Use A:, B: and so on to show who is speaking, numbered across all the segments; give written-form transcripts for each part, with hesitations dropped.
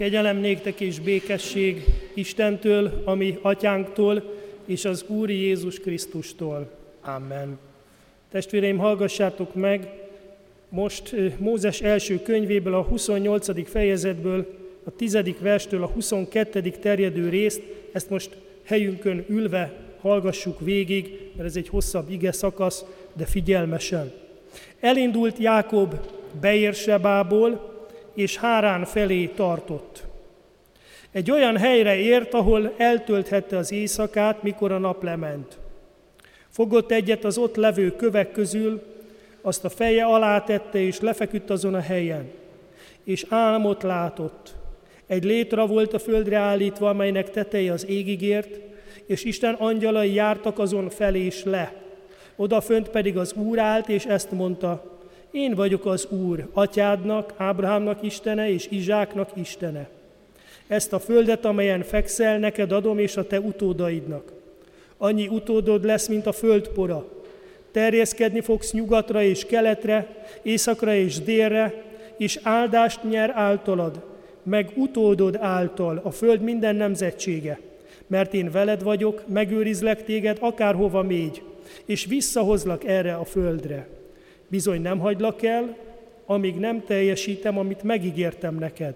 A: Kegyelem néktek és békesség Istentől, a mi atyánktól, és az Úr Jézus Krisztustól. Amen. Testvéreim, hallgassátok meg most Mózes első könyvéből, a 28. fejezetből, a 10. verstől a 22. terjedő részt, ezt most helyünkön ülve hallgassuk végig, mert ez egy hosszabb ige szakasz, de figyelmesen. Elindult Jákob Beérsebából, és Hárán felé tartott. Egy olyan helyre ért, ahol eltölthette az éjszakát, mikor a nap lement. Fogott egyet az ott levő kövek közül, azt a feje alá tette, és lefeküdt azon a helyen. És álmot látott. Egy létra volt a földre állítva, amelynek teteje az égig ért, és Isten angyalai jártak azon fel és le. Odafönt pedig az Úr állt, és ezt mondta: Én vagyok az Úr, atyádnak, Ábrahámnak Istene és Izsáknak Istene. Ezt a földet, amelyen fekszel, neked adom és a te utódaidnak. Annyi utódod lesz, mint a földpora. Terjeszkedni fogsz nyugatra és keletre, északra és délre, és áldást nyer általad, meg utódod által a föld minden nemzetsége. Mert én veled vagyok, megőrizlek téged, akárhova mégy, és visszahozlak erre a földre. Bizony nem hagylak el, amíg nem teljesítem, amit megígértem neked.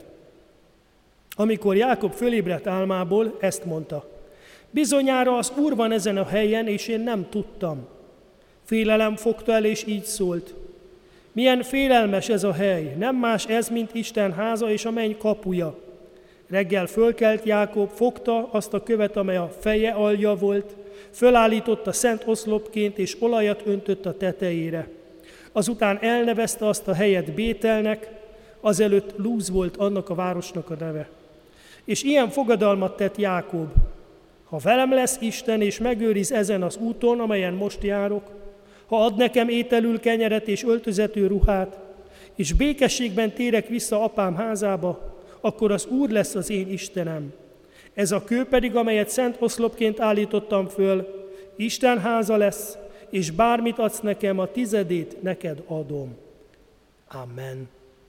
A: Amikor Jákob fölébredt álmából, ezt mondta: Bizonyára az Úr van ezen a helyen, és én nem tudtam. Félelem fogta el, és így szólt: Milyen félelmes ez a hely, nem más ez, mint Isten háza és a menny kapuja. Reggel fölkelt Jákob, fogta azt a követ, amely a feje alja volt, fölállította szent oszlopként, és olajat öntött a tetejére. Azután elnevezte azt a helyet Bételnek, azelőtt Lúz volt annak a városnak a neve. És ilyen fogadalmat tett Jákob: Ha velem lesz Isten, és megőriz ezen az úton, amelyen most járok, ha ad nekem ételül kenyeret és öltözető ruhát, és békességben térek vissza apám házába, akkor az Úr lesz az én Istenem. Ez a kő pedig, amelyet szent oszlopként állítottam föl, Isten háza lesz, és bármit adsz nekem, a tizedét neked adom. Amen.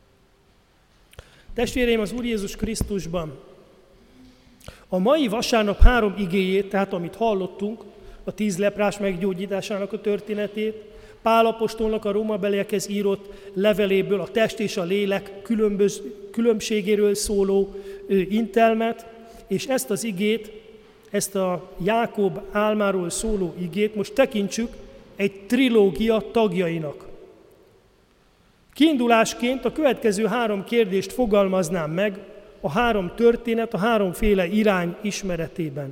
A: Testvéreim, az Úr Jézus Krisztusban a mai vasárnap 3 igéjét, tehát amit hallottunk, a 10 leprás meggyógyításának a történetét, Pál apostolnak a rómabeliekhez írott leveléből a test és a lélek különbségéről szóló intelmet, és ezt az igét, ezt a Jákob álmáról szóló igét most tekintsük egy trilógia tagjainak. Kiindulásként a következő 3 kérdést fogalmaznám meg a 3 történet, a 3-féle irány ismeretében.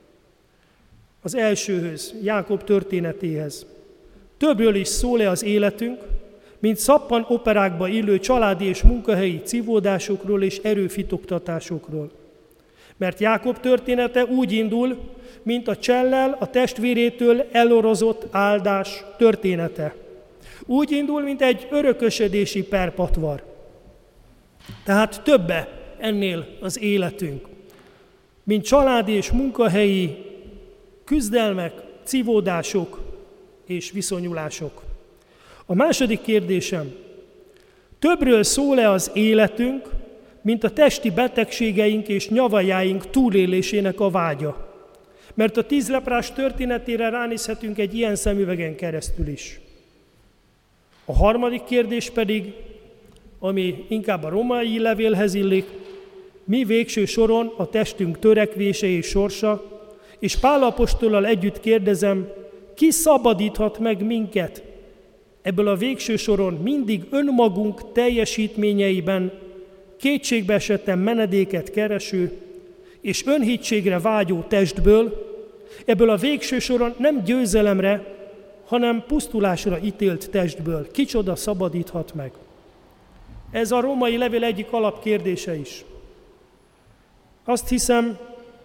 A: Az elsőhöz, Jákob történetéhez. Többről is szól-e az életünk, mint szappan operákba illő családi és munkahelyi cívódásokról és erőfitoktatásokról. Mert Jákob története úgy indul, mint a csellel a testvérétől elorozott áldás története. Úgy indul, mint egy örökösödési perpatvar. Tehát többe ennél az életünk, mint családi és munkahelyi küzdelmek, cívódások és viszonyulások. A második kérdésem: többről szól-e az életünk, mint a testi betegségeink és nyavajáink túlélésének a vágya? Mert a 10 leprás történetére ránézhetünk egy ilyen szemüvegen keresztül is. A harmadik kérdés pedig, ami inkább a római levélhez illik: mi végső soron a testünk törekvése és sorsa, és Pál apostollal együtt kérdezem, ki szabadíthat meg minket ebből a végső soron mindig önmagunk teljesítményeiben kétségbeesetten menedéket kereső és önhitségre vágyó testből, ebből a végső soron nem győzelemre, hanem pusztulásra ítélt testből. Kicsoda szabadíthat meg? Ez a római levél egyik alapkérdése is. Azt hiszem,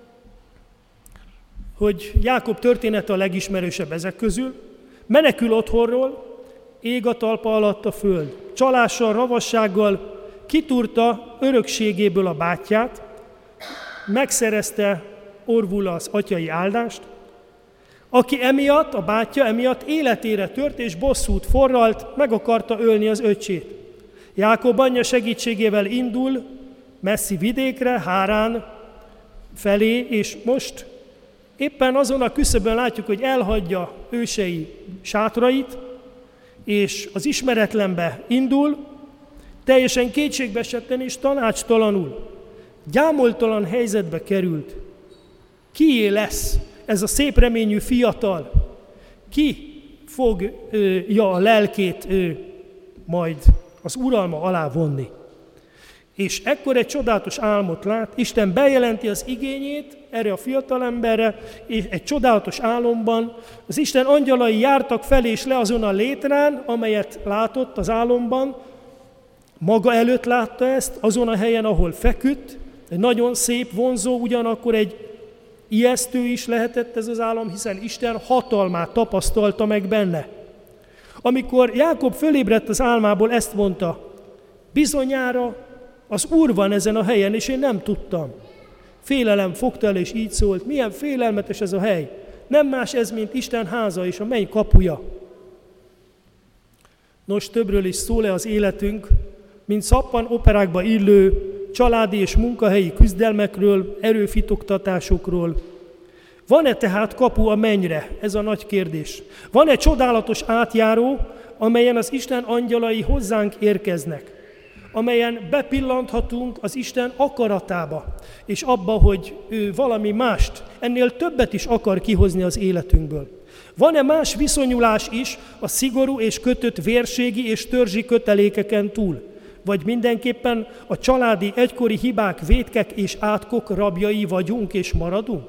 A: hogy Jákob története a legismerősebb ezek közül. Menekül otthonról, ég a talpa alatt a föld. Csalással, ravassággal kitúrta örökségéből a bátyját, megszerezte orvul az atyai áldást, aki emiatt, a bátyja emiatt életére tört és bosszút forralt, meg akarta ölni az öccsét. Jákob anyja segítségével indul, messzi vidékre, Hárán felé, és most éppen azon a küszöbön látjuk, hogy elhagyja ősei sátrait, és az ismeretlenbe indul, teljesen kétségbeesetten és tanácstalanul, gyámoltalan helyzetbe került. Kié lesz ez a szép reményű fiatal? Ki fogja a lelkét majd az uralma alá vonni? És ekkor egy csodálatos álmot lát, Isten bejelenti az igényét erre a fiatalemberre, és egy csodálatos álomban az Isten angyalai jártak fel és le azon a létrán, amelyet látott az álomban, maga előtt látta ezt, azon a helyen, ahol feküdt, egy nagyon szép, vonzó, ugyanakkor egy ijesztő is lehetett ez az álom, hiszen Isten hatalmát tapasztalta meg benne. Amikor Jákob fölébredt az álmából, ezt mondta: bizonyára az Úr van ezen a helyen, és én nem tudtam. Félelem fogta el, és így szólt: milyen félelmetes ez a hely. Nem más ez, mint Isten háza és a menny kapuja. Nos, többről is szól-e az életünk, mint szappan operákba illő családi és munkahelyi küzdelmekről, erőfitoktatásokról. Van-e tehát kapu a mennyre? Ez a nagy kérdés. Van-e csodálatos átjáró, amelyen az Isten angyalai hozzánk érkeznek, amelyen bepillanthatunk az Isten akaratába, és abba, hogy ő valami mást, ennél többet is akar kihozni az életünkből? Van-e más viszonyulás is a szigorú és kötött vérségi és törzsi kötelékeken túl? Vagy mindenképpen a családi egykori hibák, vétkek és átkok rabjai vagyunk és maradunk?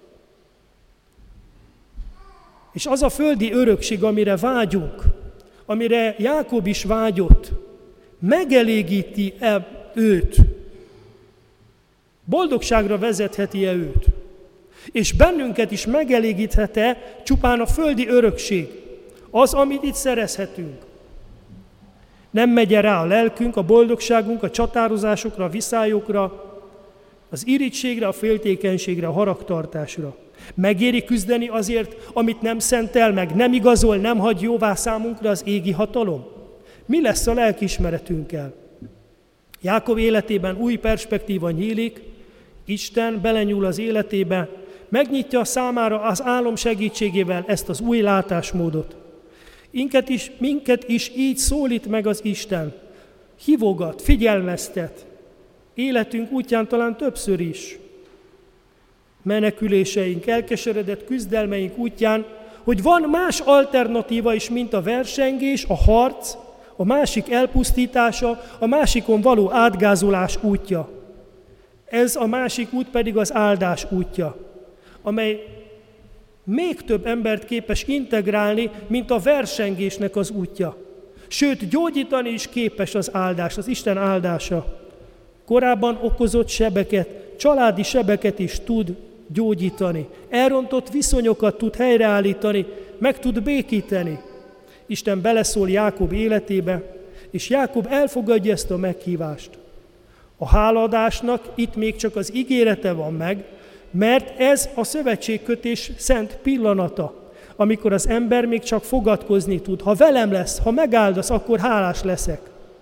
A: És az a földi örökség, amire vágyunk, amire Jákob is vágyott, megelégíti-e őt? Boldogságra vezetheti-e őt? És bennünket is megelégíthet-e csupán a földi örökség, az, amit itt szerezhetünk? Nem megy rá a lelkünk, a boldogságunk a csatározásokra, a viszályokra, az irítségre, a féltékenységre, a haragtartásra? Megéri küzdeni azért, amit nem szentel meg, nem igazol, nem hagy jóvá számunkra az égi hatalom? Mi lesz a lelkiismeretünkkel? Jákob életében új perspektíva nyílik, Isten belenyúl az életébe, megnyitja számára az álom segítségével ezt az új látásmódot. Minket is így szólít meg az Isten, hívogat, figyelmeztet, életünk útján talán többször is, meneküléseink, elkeseredett küzdelmeink útján, hogy van más alternatíva is, mint a versengés, a harc, a másik elpusztítása, a másikon való átgázolás útja. Ez a másik út pedig az áldás útja, amely még több embert képes integrálni, mint a versengésnek az útja. Sőt, gyógyítani is képes az áldás, az Isten áldása. Korábban okozott sebeket, családi sebeket is tud gyógyítani. Elrontott viszonyokat tud helyreállítani, meg tud békíteni. Isten beleszól Jákob életébe, és Jákob elfogadja ezt a meghívást. A hálaadásnak itt még csak az ígérete van meg, mert ez a szövetségkötés szent pillanata, amikor az ember még csak fogadkozni tud. Ha velem lesz, ha megáldasz, akkor hálás leszek.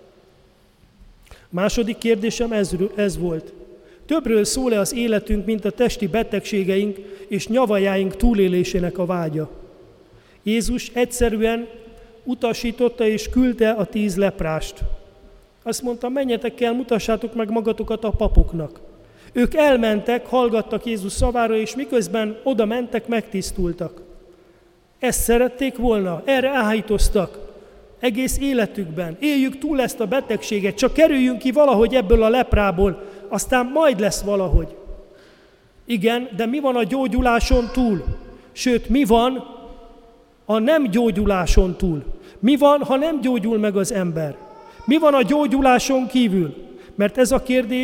A: Második kérdésem ez volt. Többről szól-e az életünk, mint a testi betegségeink és nyavajáink túlélésének a vágya? Jézus egyszerűen utasította és küldte a 10 leprást. Azt mondta: menjetek el, mutassátok meg magatokat a papoknak. Ők elmentek, hallgattak Jézus szavára, és miközben oda mentek, megtisztultak. Ezt szerették volna, erre áhítoztak egész életükben. Éljük túl ezt a betegséget, csak kerüljünk ki valahogy ebből a leprából, aztán majd lesz valahogy. Igen, de mi van a gyógyuláson túl? Sőt, mi van a nem gyógyuláson túl? Mi van, ha nem gyógyul meg az ember? Mi van a gyógyuláson kívül? Mert ez a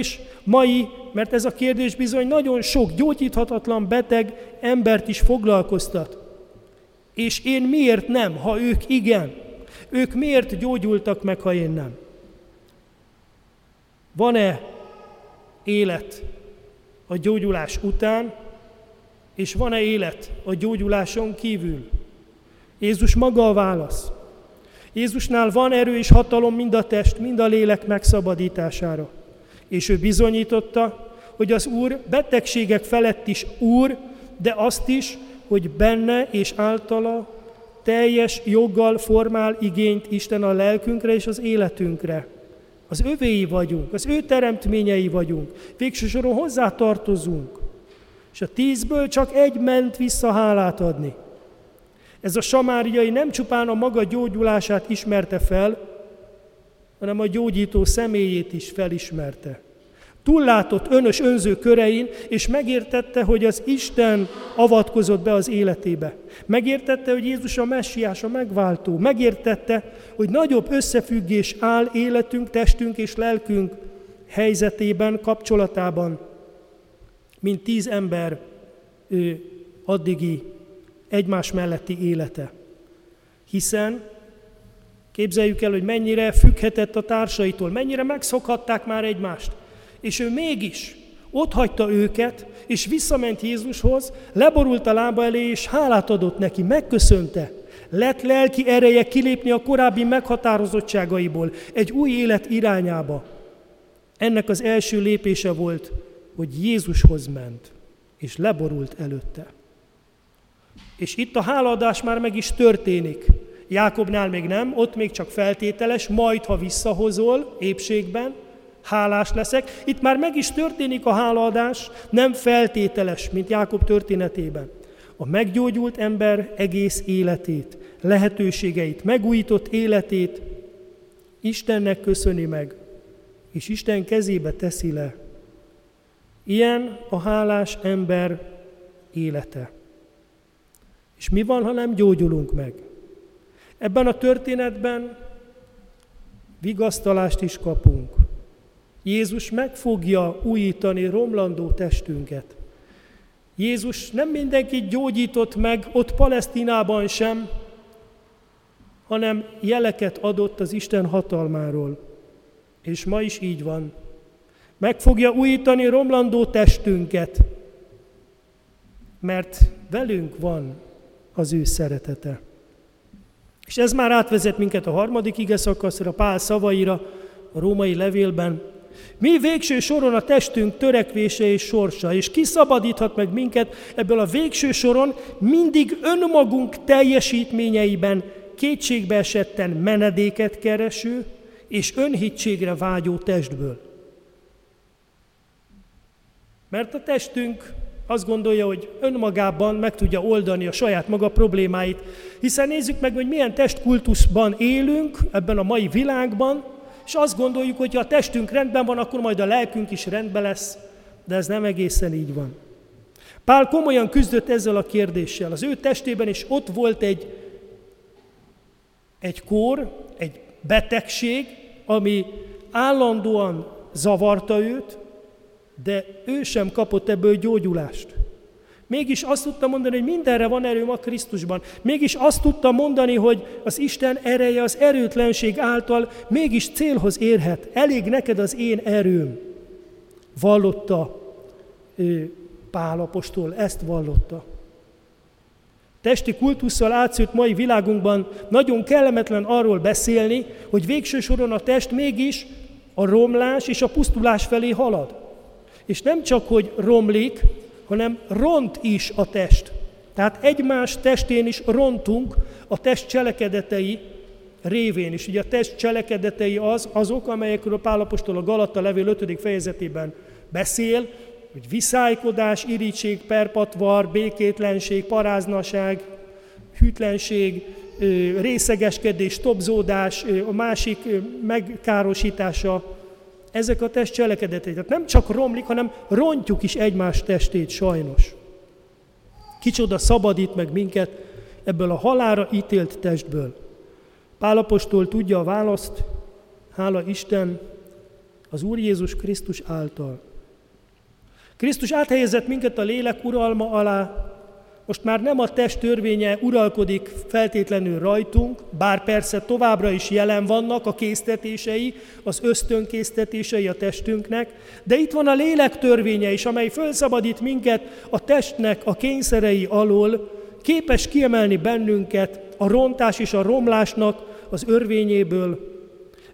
A: kérdés bizony nagyon sok gyógyíthatatlan beteg embert is foglalkoztat. És én miért nem, ha ők igen? Ők miért gyógyultak meg, ha én nem? Van-e élet a gyógyulás után, és van-e élet a gyógyuláson kívül? Jézus maga a válasz. Jézusnál van erő és hatalom mind a test, mind a lélek megszabadítására. És ő bizonyította, hogy az Úr betegségek felett is Úr, de azt is, hogy benne és általa teljes joggal formál igényt Isten a lelkünkre és az életünkre. Az övéi vagyunk, az ő teremtményei vagyunk, végső soron hozzá tartozunk. És a 10-ből csak egy ment vissza hálát adni. Ez a samáriai nem csupán a maga gyógyulását ismerte fel, hanem a gyógyító személyét is felismerte. Túllátott önös önző körein, és megértette, hogy az Isten avatkozott be az életébe. Megértette, hogy Jézus a messiás, a megváltó. Megértette, hogy nagyobb összefüggés áll életünk, testünk és lelkünk helyzetében, kapcsolatában, mint 10 ember addigi egymás melletti élete. Hiszen képzeljük el, hogy mennyire függhetett a társaitól, mennyire megszokhatták már egymást. És ő mégis otthagyta őket, és visszament Jézushoz, leborult a lába elé, és hálát adott neki, megköszönte. Lett lelki ereje kilépni a korábbi meghatározottságaiból, egy új élet irányába. Ennek az első lépése volt, hogy Jézushoz ment, és leborult előtte. És itt a hálaadás már meg is történik. Jákobnál még nem, ott még csak feltételes, majd ha visszahozol épségben, hálás leszek. Itt már meg is történik a hálaadás, nem feltételes, mint Jákob történetében. A meggyógyult ember egész életét, lehetőségeit, megújított életét Istennek köszöni meg, és Isten kezébe teszi le. Ilyen a hálás ember élete. És mi van, ha nem gyógyulunk meg? Ebben a történetben vigasztalást is kapunk. Jézus meg fogja újítani romlandó testünket. Jézus nem mindenkit gyógyított meg, ott Palesztinában sem, hanem jeleket adott az Isten hatalmáról. És ma is így van. Meg fogja újítani romlandó testünket, mert velünk van az ő szeretete. És ez már átvezet minket a 3. igeszakaszra, Pál szavaira, a római levélben. Mi végső soron a testünk törekvése és sorsa, és ki szabadíthat meg minket ebből a végső soron mindig önmagunk teljesítményeiben kétségbe esetten menedéket kereső és önhitségre vágyó testből. Mert a testünk azt gondolja, hogy önmagában meg tudja oldani a saját maga problémáit, hiszen nézzük meg, hogy milyen testkultuszban élünk ebben a mai világban, és azt gondoljuk, hogy ha a testünk rendben van, akkor majd a lelkünk is rendben lesz, de ez nem egészen így van. Pál komolyan küzdött ezzel a kérdéssel. Az ő testében is ott volt egy kór, egy betegség, ami állandóan zavarta őt, de ő sem kapott ebből gyógyulást. Mégis azt tudta mondani, hogy mindenre van erőm a Krisztusban. Mégis azt tudta mondani, hogy az Isten ereje az erőtlenség által mégis célhoz érhet. Elég neked az én erőm. Vallotta Pál apostol, ezt vallotta. Testi kultusszal átszőtt mai világunkban nagyon kellemetlen arról beszélni, hogy végső soron a test mégis a romlás és a pusztulás felé halad. És nem csak, hogy romlik, hanem ront is a test. Tehát egymás testén is rontunk a test cselekedetei révén is. Ugye a test cselekedetei azok, amelyekről Pál apostol a Galatta levél 5. fejezetében beszél, hogy viszálykodás, irigység, perpatvar, békétlenség, paráznaság, hűtlenség, részegeskedés, tobzódás, a másik megkárosítása, ezek a test cselekedetei. Tehát nem csak romlik, hanem rontjuk is egymás testét sajnos. Kicsoda szabadít meg minket ebből a halálra ítélt testből. Pál apostol tudja a választ, hála Isten, az Úr Jézus Krisztus által. Krisztus áthelyezett minket a lélek uralma alá, most már nem a test törvénye uralkodik feltétlenül rajtunk, bár persze továbbra is jelen vannak a késztetései, az ösztönkésztetései a testünknek, de itt van a lélek törvénye is, amely felszabadít minket a testnek a kényszerei alól, képes kiemelni bennünket a rontás és a romlásnak az örvényéből.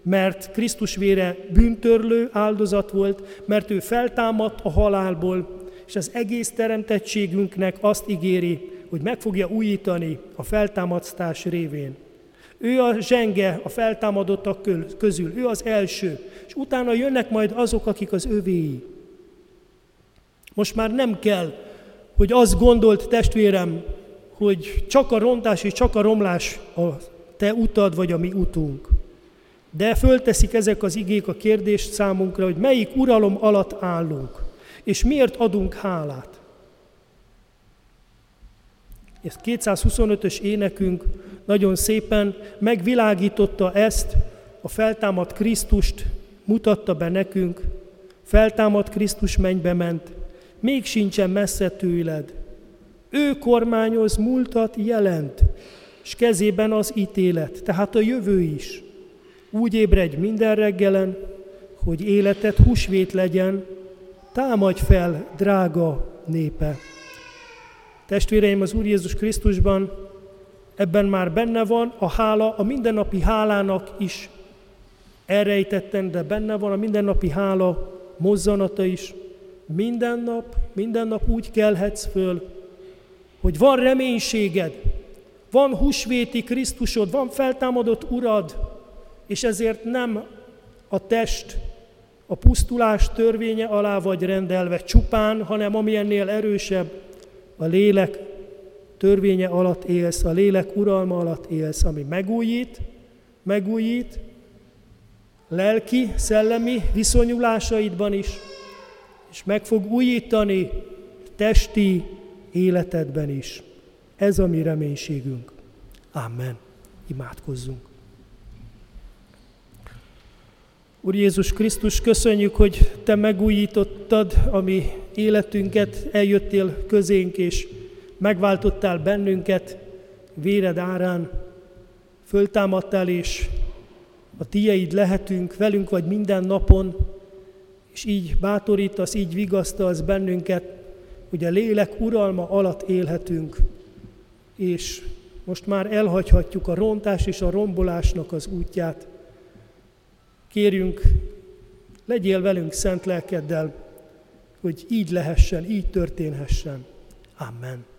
A: mert Krisztus vére bűntörlő áldozat volt, mert ő feltámadt a halálból, és az egész teremtettségünknek azt ígéri, hogy meg fogja újítani a feltámadás révén. Ő a zsenge a feltámadottak közül, ő az első, és utána jönnek majd azok, akik az övéi. Most már nem kell, hogy azt gondolt, testvérem, hogy csak a rontás és csak a romlás a te utad vagy a mi utunk. De fölteszik ezek az igék a kérdést számunkra, hogy melyik uralom alatt állunk, és miért adunk hálát. Ez 225-ös énekünk nagyon szépen megvilágította ezt, a feltámadt Krisztust mutatta be nekünk, feltámadt Krisztus mennybe ment, még sincsen messze tőled. Ő kormányoz, múltat jelent, és kezében az ítélet, tehát a jövő is. Úgy ébredj minden reggelen, hogy életed húsvét legyen, támadj fel, drága népe. Testvéreim, az Úr Jézus Krisztusban ebben már benne van a hála, a mindennapi hálának is elrejtetten, de benne van a mindennapi hála mozzanata is. Minden nap úgy kelhetsz föl, hogy van reménységed, van húsvéti Krisztusod, van feltámadott Urad, és ezért nem a test, a pusztulás törvénye alá vagy rendelve csupán, hanem ami ennél erősebb, a lélek törvénye alatt élsz, a lélek uralma alatt élsz, ami megújít lelki, szellemi viszonyulásaidban is, és meg fog újítani testi életedben is. Ez a mi reménységünk. Amen. Imádkozzunk. Úr Jézus Krisztus, köszönjük, hogy Te megújítottad a mi életünket, eljöttél közénk, és megváltottál bennünket véred árán, föltámadtál, és a Tieid lehetünk, velünk vagy minden napon, és így bátorítasz, így vigasztalsz bennünket, hogy a lélek uralma alatt élhetünk, és most már elhagyhatjuk a rontás és a rombolásnak az útját. Kérjünk, legyél velünk szent lelkeddel, hogy így lehessen, így történhessen. Amen.